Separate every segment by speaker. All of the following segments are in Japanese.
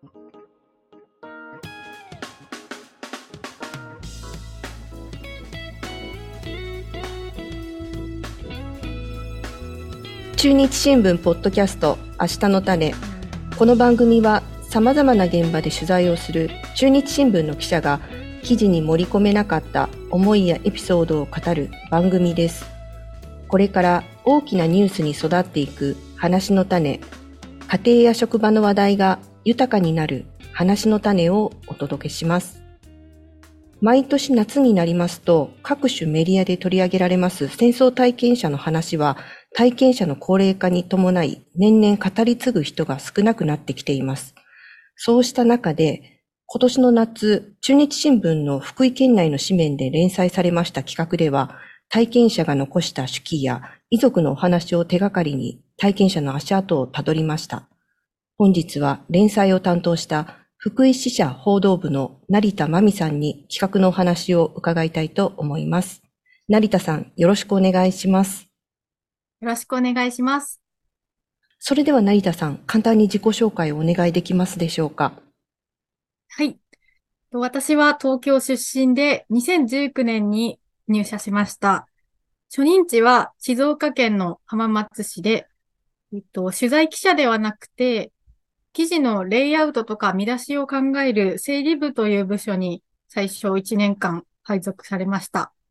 Speaker 1: 中日新聞ポッドキャスト明日の種。この番組はさまざまな現場で取材をする中日新聞の記者が記事に盛り込めなかった思いやエピソードを語る番組です。これから大きなニュースに育っていく話の種、家庭や職場の話題が豊かになる話の種をお届けします。毎年夏になりますと各種メディアで取り上げられます戦争体験者の話は体験者の高齢化に伴い年々語り継ぐ人が少なくなってきています。そうした中で今年の夏、中日新聞の福井県内の紙面で連載されました企画では体験者が残した手記や遺族のお話を手がかりに体験者の足跡をたどりました。本日は連載を担当した福井支社報道部の成田真美さんに企画のお話を伺いたいと思います。成田さん、よろしくお願いします。
Speaker 2: よろしくお願いします。
Speaker 1: それでは成田さん、簡単に自己紹介をお願いできますでしょうか。
Speaker 2: はい。私は東京出身で2019年に入社しました。初任地は静岡県の浜松市で、取材記者ではなくて、記事のレイアウトとか見出しを考える整理部という部署に最初1年間配属されました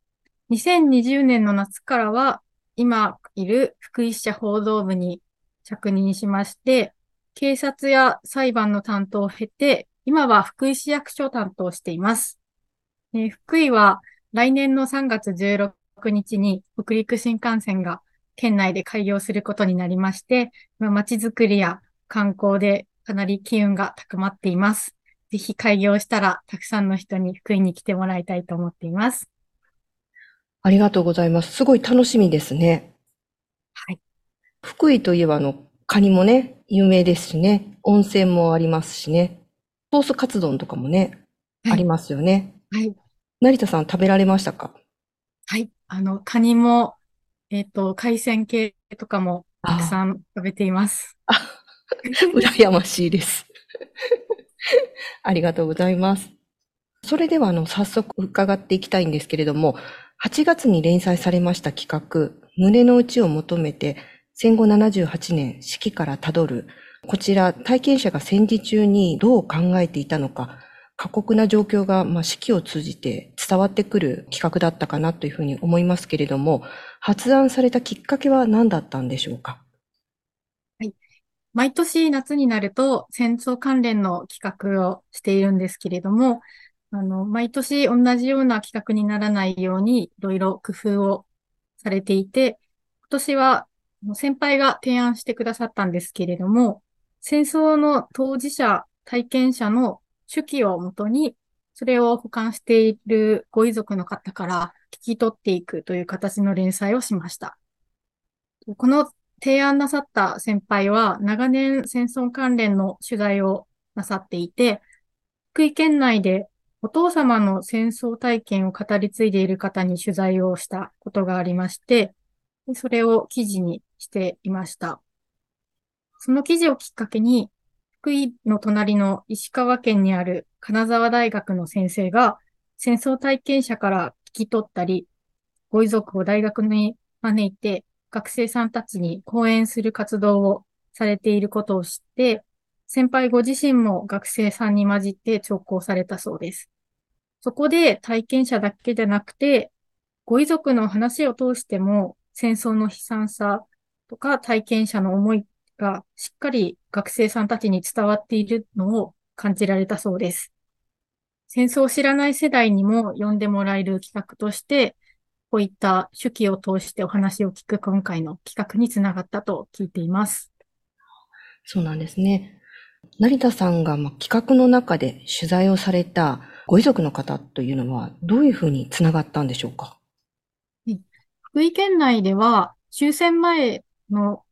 Speaker 2: 。2020年の夏からは今いる福井支社報道部に着任しまして、警察や裁判の担当を経て、今は福井市役所を担当しています。福井は来年の3月16日に北陸新幹線が県内で開業することになりまして、街づくりや観光でかなり機運が高まっています。ぜひ開業したらたくさんの人に福井に来てもらいたいと思っています。
Speaker 1: ありがとうございます。すごい楽しみですね。
Speaker 2: はい。
Speaker 1: 福井といえばカニもね、有名ですしね、温泉もありますしね、ソースカツ丼とかもね、
Speaker 2: はい。
Speaker 1: ありますよね。
Speaker 2: はい。
Speaker 1: 成田さん食べられましたか？
Speaker 2: はい。カニも、海鮮系とかもたく
Speaker 1: あ
Speaker 2: さん食べています。
Speaker 1: あ、羨ましいです。ありがとうございます。それでは早速伺っていきたいんですけれども、8月に連載されました企画、胸の内を求めて戦後78年四季からたどる。こちら体験者が戦時中にどう考えていたのか、過酷な状況が四季を通じて伝わってくる企画だったかなというふうに思いますけれども、発案されたきっかけは何だったんでしょうか？
Speaker 2: はい。毎年夏になると戦争関連の企画をしているんですけれども、毎年同じような企画にならないようにいろいろ工夫をされていて、今年は先輩が提案してくださったんですけれども、戦争の当事者、体験者の手記をもとに、それを保管しているご遺族の方から聞き取っていくという形の連載をしました。この提案なさった先輩は長年戦争関連の取材をなさっていて、福井県内でお父様の戦争体験を語り継いでいる方に取材をしたことがありまして、それを記事にしていました。その記事をきっかけに、福井の隣の石川県にある金沢大学の先生が戦争体験者から聞き取ったり、ご遺族を大学に招いて学生さんたちに講演する活動をされていることを知って、先輩ご自身も学生さんに混じって聴講されたそうです。そこで体験者だけじゃなくて、ご遺族の話を通しても戦争の悲惨さとか体験者の思いがしっかり学生さんたちに伝わっているのを感じられたそうです。戦争を知らない世代にも読んでもらえる企画として、こういった手記を通してお話を聞く今回の企画につながったと聞いています。
Speaker 1: そうなんですね。成田さんが企画の中で取材をされたご遺族の方というのはどういうふうにつながったんでしょうか？
Speaker 2: 福井県内では終戦前の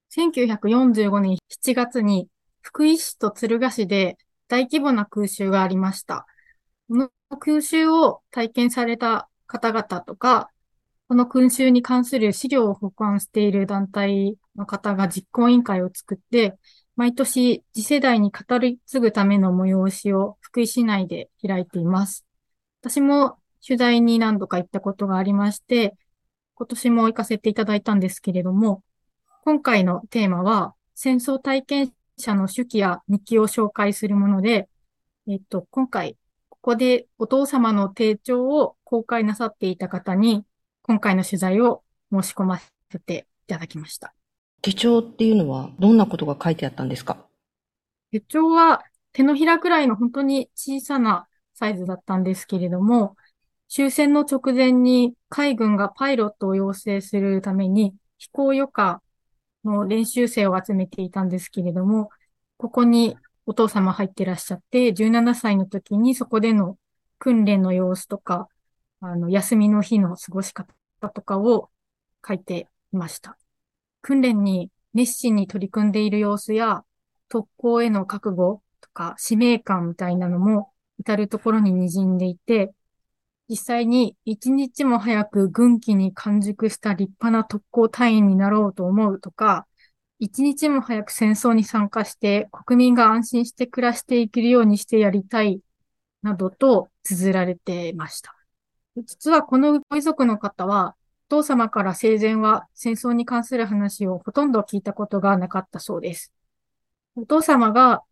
Speaker 2: 1945年7月に福井市と敦賀市で大規模な空襲がありました。この空襲を体験された方々とか、この空襲に関する資料を保管している団体の方が実行委員会を作って、 毎年次世代に語り継ぐための催しを福井市内で開いています。私も取材に何度か行ったことがありまして、今年も行かせていただいたんですけれども、今回のテーマは戦争体験者の手記や日記を紹介するもので、今回、ここでお父様の手帳を公開なさっていた方に、今回の取材を申し込ませていただきました。
Speaker 1: 手帳っていうのはどんなことが書いてあったんですか？
Speaker 2: 手帳は手のひらくらいの本当に小さなサイズだったんですけれども、終戦の直前に海軍がパイロットを養成するために飛行予科の練習生を集めていたんですけれども、ここにお父様入ってらっしゃって、17歳の時にそこでの訓練の様子とか、休みの日の過ごし方とかを書いていました。訓練に熱心に取り組んでいる様子や、特攻への覚悟とか使命感みたいなのも至るところに滲んでいて、実際に一日も早く軍紀に完熟した立派な特攻隊員になろうと思うとか、一日も早く戦争に参加して国民が安心して暮らしていけるようにしてやりたいなどと綴られていました。実はこのご遺族の方は、お父様から生前は戦争に関する話をほとんど聞いたことがなかったそうです。お父様が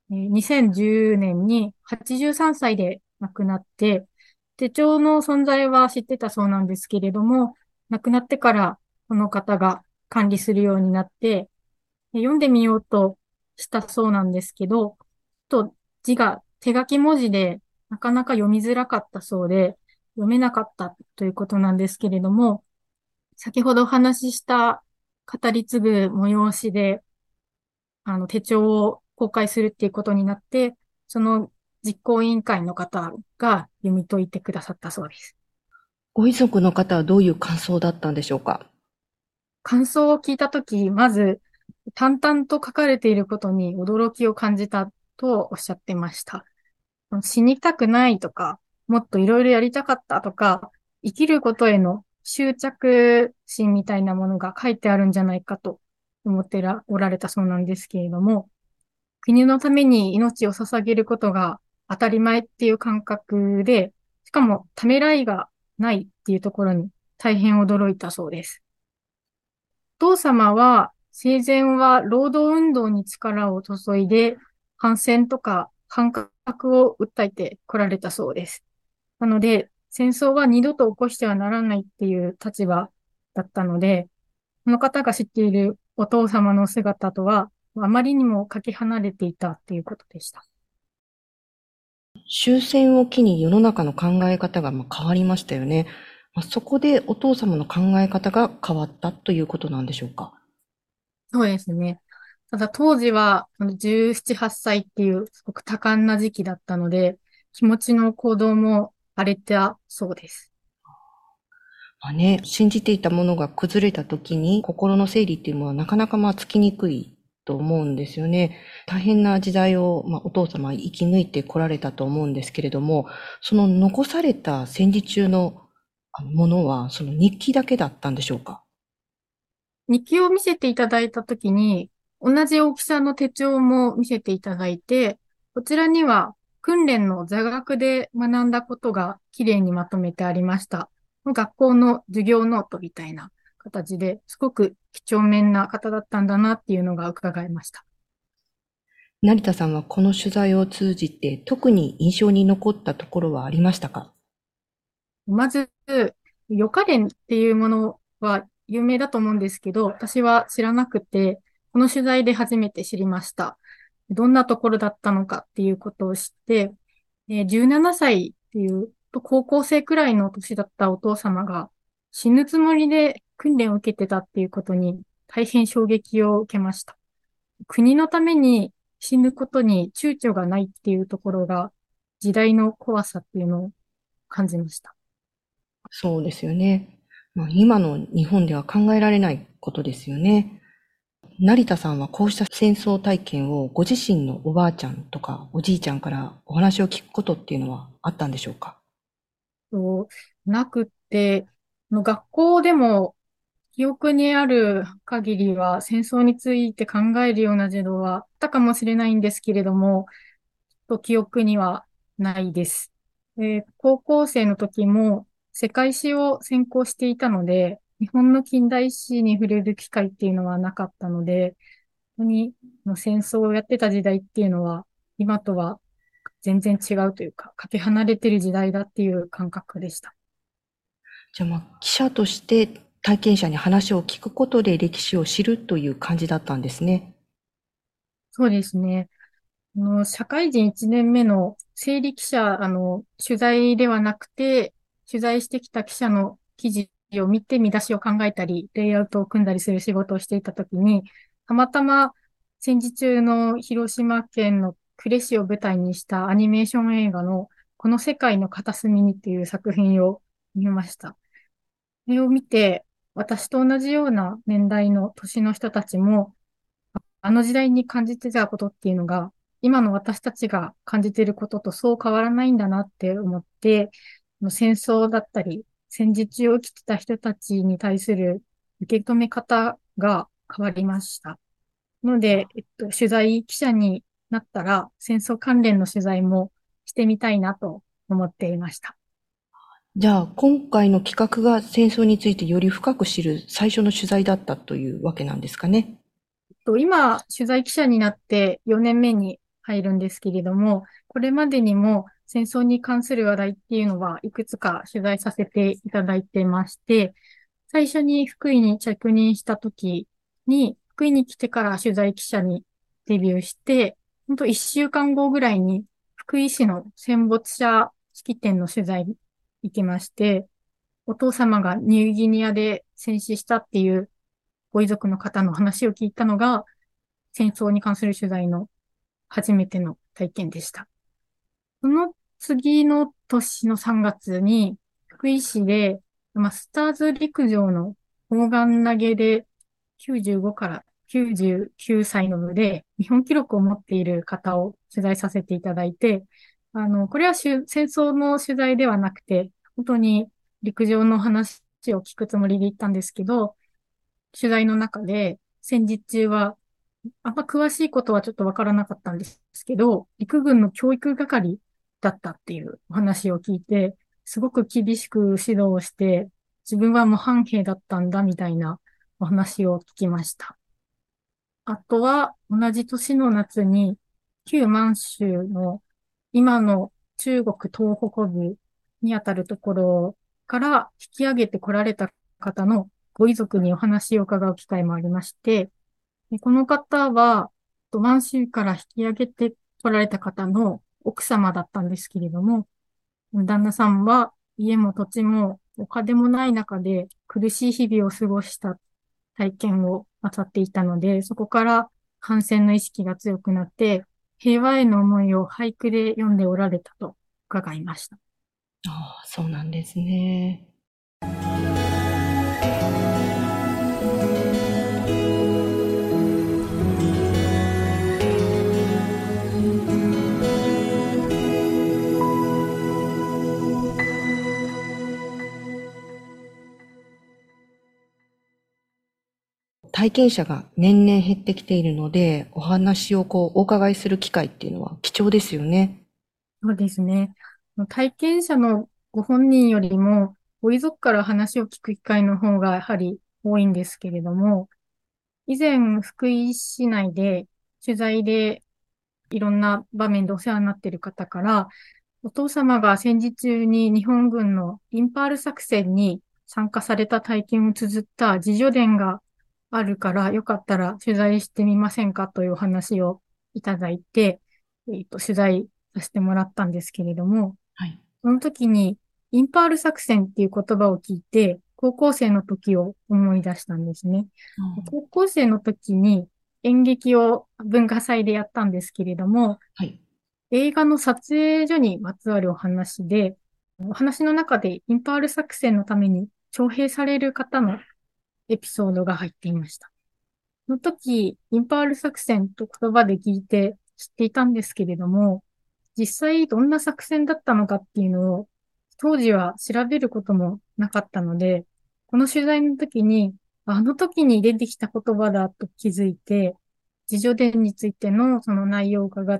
Speaker 2: 2010年に83歳で亡くなって、手帳の存在は知ってたそうなんですけれども、亡くなってからこの方が管理するようになって、読んでみようとしたそうなんですけど、字が手書き文字でなかなか読みづらかったそうで、読めなかったということなんですけれども、先ほどお話しした語り継ぐ催しで、手帳を公開するっていうことになって、その実行委員会の方が読み解いてくださったそうです。
Speaker 1: ご遺族の方はどういう感想だったんでしょうか？
Speaker 2: 感想を聞いたとき、まず、淡々と書かれていることに驚きを感じたとおっしゃってました。死にたくないとか、もっといろいろやりたかったとか、生きることへの執着心みたいなものが書いてあるんじゃないかと思っておられたそうなんですけれども、国のために命を捧げることが当たり前っていう感覚で、しかもためらいがないっていうところに大変驚いたそうです。お父様は生前は労働運動に力を注いで反戦とか反核を訴えてこられたそうです。なので戦争は二度と起こしてはならないっていう立場だったので、この方が知っているお父様の姿とはあまりにもかけ離れていたっていうことでした。
Speaker 1: 終戦を機に世の中の考え方が変わりましたよね。そこでお父様の考え方が変わったということなんでしょうか？
Speaker 2: そうですね。ただ当時は17、8歳っていうすごく多感な時期だったので、気持ちの行動も荒れたそうです。
Speaker 1: 信じていたものが崩れた時に心の整理っていうのはなかなかつきにくいと思うんですよね。大変な時代を、お父様は生き抜いてこられたと思うんですけれども、その残された戦時中のものはその日記だけだったんでしょうか？
Speaker 2: 日記を見せていただいたときに、同じ大きさの手帳も見せていただいて、こちらには訓練の座学で学んだことがきれいにまとめてありました。学校の授業ノートみたいな形ですごく几帳面な方だったんだなっていうのが伺えました。
Speaker 1: 成田さんはこの取材を通じて特に印象に残ったところはありましたか？
Speaker 2: まず、予科練っていうものは有名だと思うんですけど、私は知らなくて、この取材で初めて知りました。どんなところだったのかっていうことを知って、17歳っていう高校生くらいの年だったお父様が死ぬつもりで訓練を受けてたっていうことに大変衝撃を受けました。国のために死ぬことに躊躇がないっていうところが時代の怖さっていうのを感じました。
Speaker 1: そうですよね。今の日本では考えられないことですよね。成田さんはこうした戦争体験をご自身のおばあちゃんとかおじいちゃんからお話を聞くことっていうのはあったんでしょうか？
Speaker 2: なくって、学校でも記憶にある限りは戦争について考えるような授業はあったかもしれないんですけれども、記憶にはないです。高校生の時も世界史を専攻していたので、日本の近代史に触れる機会っていうのはなかったので、本当に戦争をやってた時代っていうのは、今とは全然違うというか、かけ離れてる時代だっていう感覚でした。
Speaker 1: じゃあ記者として体験者に話を聞くことで歴史を知るという感じだったんですね。
Speaker 2: そうですね。社会人1年目の生理記者、取材ではなくて、取材してきた記者の記事を見て見出しを考えたり、レイアウトを組んだりする仕事をしていたときに、たまたま戦時中の広島県の呉市を舞台にしたアニメーション映画のこの世界の片隅にっていう作品を見ました。それを見て、私と同じような年代の年の人たちも、あの時代に感じてたことっていうのが、今の私たちが感じていることとそう変わらないんだなって思って、戦争だったり、戦時中を生きてた人たちに対する受け止め方が変わりました。ので、取材記者になったら、戦争関連の取材もしてみたいなと思っていました。
Speaker 1: じゃあ今回の企画が戦争についてより深く知る最初の取材だったというわけなんですかね。
Speaker 2: 今、取材記者になって4年目に入るんですけれども、これまでにも戦争に関する話題っていうのはいくつか取材させていただいてまして、最初に福井に着任した時に、福井に来てから取材記者にデビューして、本当1週間後ぐらいに福井市の戦没者式典の取材に行きまして、お父様がニューギニアで戦死したっていうご遺族の方の話を聞いたのが、戦争に関する取材の初めての体験でした。その次の年の3月に、福井市で、マスターズ陸上の砲丸投げで95から99歳の部で日本記録を持っている方を取材させていただいて、これは戦争の取材ではなくて、本当に陸上の話を聞くつもりで行ったんですけど、取材の中で戦時中はあんま詳しいことはちょっとわからなかったんですけど、陸軍の教育係だったっていうお話を聞いて、すごく厳しく指導をして、自分は模範兵だったんだみたいなお話を聞きました。あとは同じ年の夏に旧満州の今の中国東北部にあたるところから引き上げて来られた方のご遺族にお話を伺う機会もありまして、でこの方は、満州から引き上げて来られた方の奥様だったんですけれども、旦那さんは家も土地もお金もない中で苦しい日々を過ごした体験をなさっていたので、そこから反戦の意識が強くなって、平和への思いを俳句で読んでおられたと伺いました。
Speaker 1: ああ、そうなんですね。体験者が年々減ってきているので、お話をお伺いする機会っていうのは貴重ですよね。
Speaker 2: そうですね。体験者のご本人よりも、ご遺族から話を聞く機会の方がやはり多いんですけれども、以前、福井市内で取材でいろんな場面でお世話になっている方から、お父様が戦時中に日本軍のインパール作戦に参加された体験を綴った自叙伝があるから、よかったら取材してみませんかというお話をいただいて、取材させてもらったんですけれども、
Speaker 1: はい。
Speaker 2: その時にインパール作戦っていう言葉を聞いて、高校生の時を思い出したんですね。高校生の時に演劇を文化祭でやったんですけれども、
Speaker 1: はい。
Speaker 2: 映画の撮影所にまつわるお話で、お話の中でインパール作戦のために徴兵される方のエピソードが入っていました。その時、インパール作戦と言葉で聞いて知っていたんですけれども、実際どんな作戦だったのかっていうのを当時は調べることもなかったので、この取材の時にあの時に出てきた言葉だと気づいて、自叙伝についてのその内容を伺って、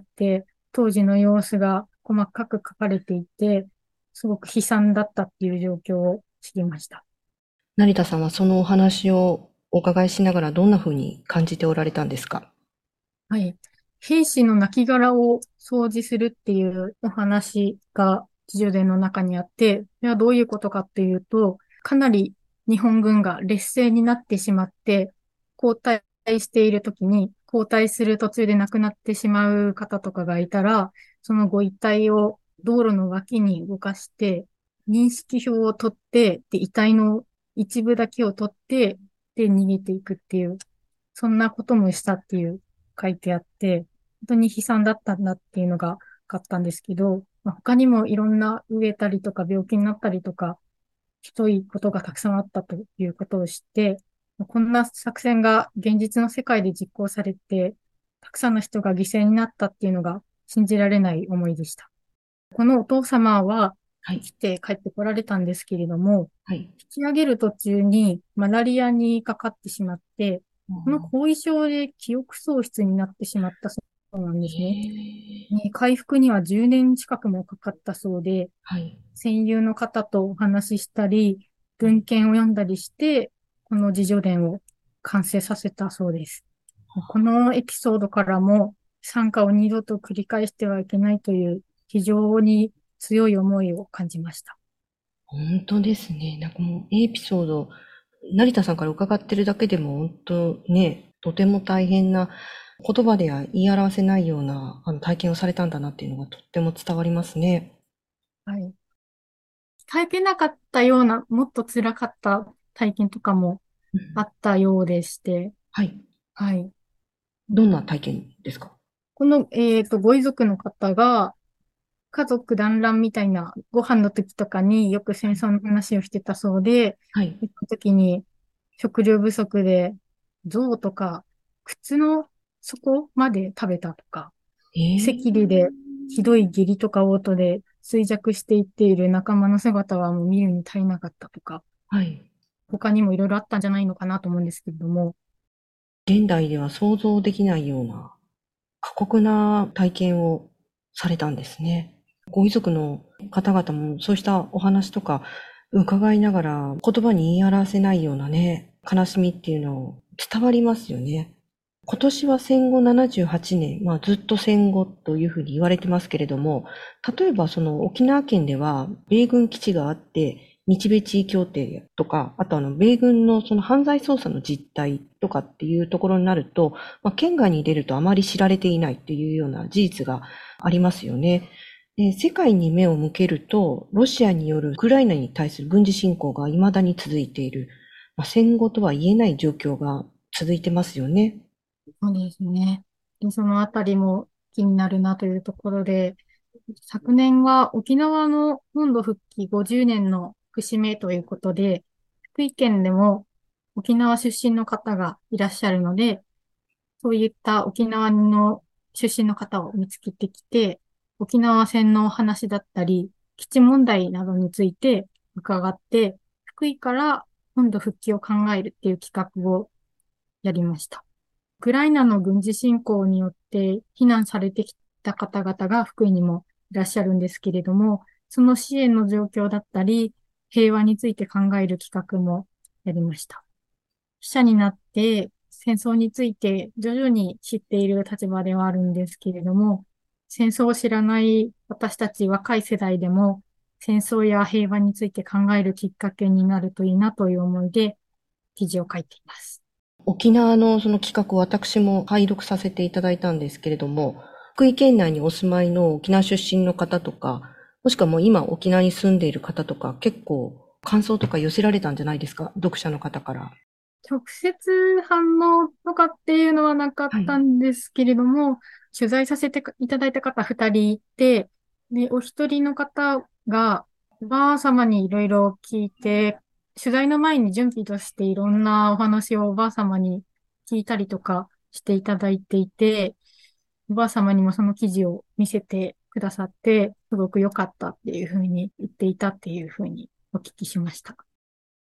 Speaker 2: 当時の様子が細かく書かれていて、すごく悲惨だったっていう状況を知りました。
Speaker 1: 成田さんはそのお話をお伺いしながらどんな風に感じておられたんですか？
Speaker 2: はい。兵士の亡骸を掃除するっていうお話が自叙伝の中にあって、それはどういうことかっていうと、かなり日本軍が劣勢になってしまって、交代している時に、交代する途中で亡くなってしまう方とかがいたら、そのご遺体を道路の脇に動かして、認識票を取って、で、遺体の一部だけを取って、で、逃げていくっていう、そんなこともしたっていう書いてあって、本当に悲惨だったんだっていうのが分かったんですけど、他にもいろんな飢えたりとか病気になったりとか、ひどいことがたくさんあったということを知って、こんな作戦が現実の世界で実行されて、たくさんの人が犠牲になったっていうのが信じられない思いでした。このお父様は
Speaker 1: はい。
Speaker 2: 生きて帰ってこられたんですけれども、
Speaker 1: はい。
Speaker 2: 引き上げる途中にマラリアにかかってしまって、この後遺症で記憶喪失になってしまったそうなんですね。回復には10年近くもかかったそうで、
Speaker 1: はい。
Speaker 2: 戦友の方とお話ししたり、
Speaker 1: はい。
Speaker 2: 文献を読んだりして、この自叙伝を完成させたそうです。このエピソードからも、惨禍を二度と繰り返してはいけないという非常に強い思いを感じました。
Speaker 1: 本当ですね。なんかもうエピソード、成田さんから伺ってるだけでも本当ね、とても大変な言葉では言い表せないような体験をされたんだなっていうのがとっても伝わりますね。
Speaker 2: はい。体験なかったような、もっと辛かった体験とかも
Speaker 1: うん。
Speaker 2: あったようでして、
Speaker 1: はい。
Speaker 2: はい。
Speaker 1: どんな体験ですか？
Speaker 2: この、ご遺族の方が、家族団らんみたいなご飯の時とかによく戦争の話をしてたそうで、
Speaker 1: はい。
Speaker 2: その時に食料不足で象とか靴の底まで食べたとか、赤
Speaker 1: ええ。
Speaker 2: 痢でひどい下痢とか嘔吐で衰弱していっている仲間の姿はもう見るに足りなかったとか、
Speaker 1: はい。
Speaker 2: 他にもいろいろあったんじゃないのかなと思うんですけれども、
Speaker 1: 現代では想像できないような過酷な体験をされたんですね。ご遺族の方々もそうしたお話とか伺いながら言葉に言い表せないようなね、悲しみっていうの伝わりますよね。今年は戦後78年、まあずっと戦後というふうに言われてますけれども、例えばその沖縄県では米軍基地があって、日米地位協定とか、あと米軍のその犯罪捜査の実態とかっていうところになると、まあ、県外に出るとあまり知られていないっていうような事実がありますよね。で、世界に目を向けると、ロシアによるウクライナに対する軍事侵攻が未だに続いている。まあ、戦後とは言えない状況が続いてますよね。
Speaker 2: そうですね。で、そのあたりも気になるなというところで、昨年は沖縄の本土復帰50年の節目ということで、福井県でも沖縄出身の方がいらっしゃるので、そういった沖縄の出身の方を見つけてきて、沖縄戦の話だったり、基地問題などについて伺って、福井から本土復帰を考えるっていう企画をやりました。ウクライナの軍事侵攻によって避難されてきた方々が福井にもいらっしゃるんですけれども、その支援の状況だったり、平和について考える企画もやりました。記者になって戦争について徐々に知っている立場ではあるんですけれども、戦争を知らない私たち若い世代でも戦争や平和について考えるきっかけになるといいなという思いで記事を書いています。
Speaker 1: 沖縄のその企画を私も拝読させていただいたんですけれども、福井県内にお住まいの沖縄出身の方とか、もしくはもう今沖縄に住んでいる方とか、結構感想とか寄せられたんじゃないですか、読者の方から。
Speaker 2: 直接反応とかっていうのはなかった
Speaker 1: はい。
Speaker 2: んですけれども、取材させていただいた方二人いて、で、お一人の方が、おばあ様にいろいろ聞いて、取材の前に準備としていろんなお話をおばあ様に聞いたりとかしていただいていて、おばあ様にもその記事を見せてくださって、すごく良かったっていうふうに言っていたっていうふうにお聞きしました。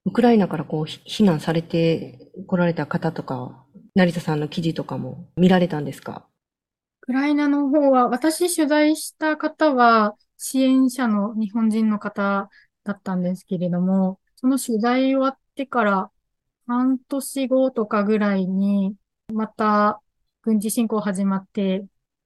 Speaker 1: ウクライナから避難されて来られた方とか、成田さんの記事とかも見られたんですか？
Speaker 2: ウクライナの方は、私取材した方は支援者の日本人の方だったんですけれども、その取材終わってから半年後とかぐらいに、また軍事侵攻始まって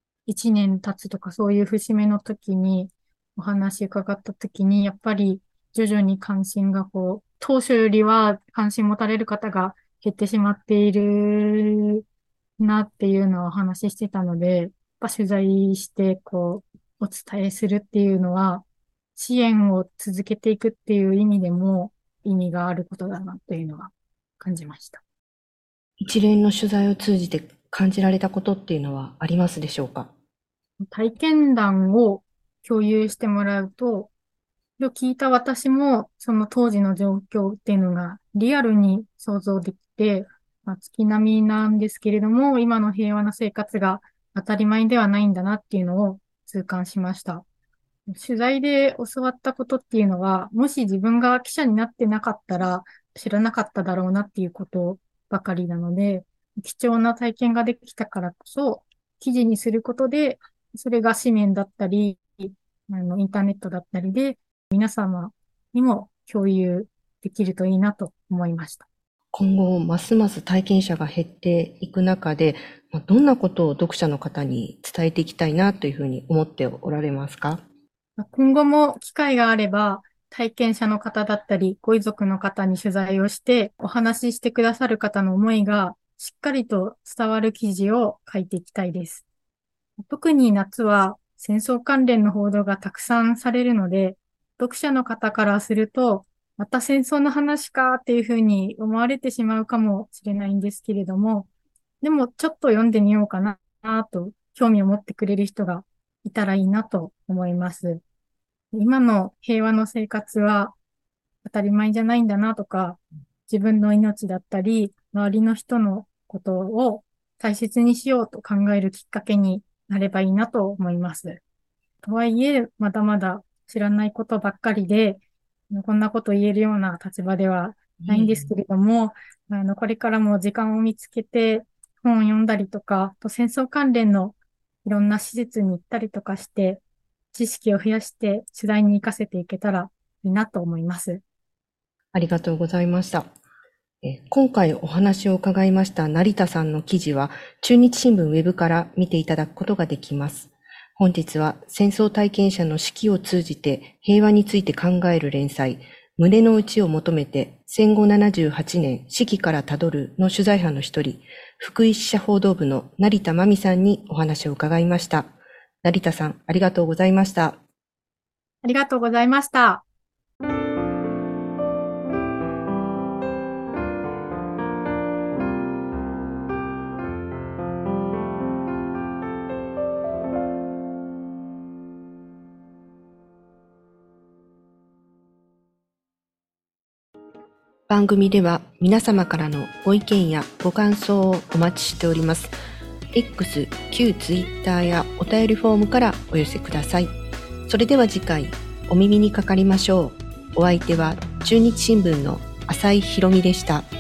Speaker 2: 1年経つとかそういう節目の時にお話伺った時に、やっぱり徐々に関心が当初よりは関心持たれる方が減ってしまっているなっていうのをお話ししてたので、やっぱ取材してお伝えするっていうのは、支援を続けていくっていう意味でも意味があることだなっていうのは感じました。
Speaker 1: 一連の取材を通じて感じられたことっていうのはありますでしょうか？
Speaker 2: 体験談を共有してもらうと、それを聞いた私もその当時の状況っていうのがリアルに想像できて、月並みなんですけれども、今の平和な生活が当たり前ではないんだなっていうのを痛感しました。取材で教わったことっていうのは、もし自分が記者になってなかったら知らなかっただろうなっていうことばかりなので、貴重な体験ができたからこそ、記事にすることで、それが紙面だったり、インターネットだったりで、皆様にも共有できるといいなと思いました。
Speaker 1: 今後、ますます体験者が減っていく中で、どんなことを読者の方に伝えていきたいなというふうに思っておられますか？
Speaker 2: 今後も機会があれば、体験者の方だったり、ご遺族の方に取材をして、お話ししてくださる方の思いがしっかりと伝わる記事を書いていきたいです。特に夏は戦争関連の報道がたくさんされるので、読者の方からすると、また戦争の話かっていうふうに思われてしまうかもしれないんですけれども、でもちょっと読んでみようかなと興味を持ってくれる人がいたらいいなと思います。今の平和の生活は当たり前じゃないんだなとか、自分の命だったり、周りの人のことを大切にしようと考えるきっかけになればいいなと思います。とはいえ、まだまだ知らないことばっかりで、こんなこと言えるような立場ではないんですけれども、これからも時間を見つけて本を読んだりとか、戦争関連のいろんな施設に行ったりとかして、知識を増やして取材に活かせていけたらいいなと思います。
Speaker 1: ありがとうございました。今回お話を伺いました成田さんの記事は中日新聞ウェブから見ていただくことができます。本日は戦争体験者の手記を通じて平和について考える連載、胸の内を求めて戦後78年四季からたどるの取材班の一人、福井支社報道部の成田真美さんにお話を伺いました。成田さん、ありがとうございました。
Speaker 2: ありがとうございました。
Speaker 1: 番組では皆様からのご意見やご感想をお待ちしております。X、旧 Twitter やお便りフォームからお寄せください。それでは次回お耳にかかりましょう。お相手は中日新聞の浅井ひろみでした。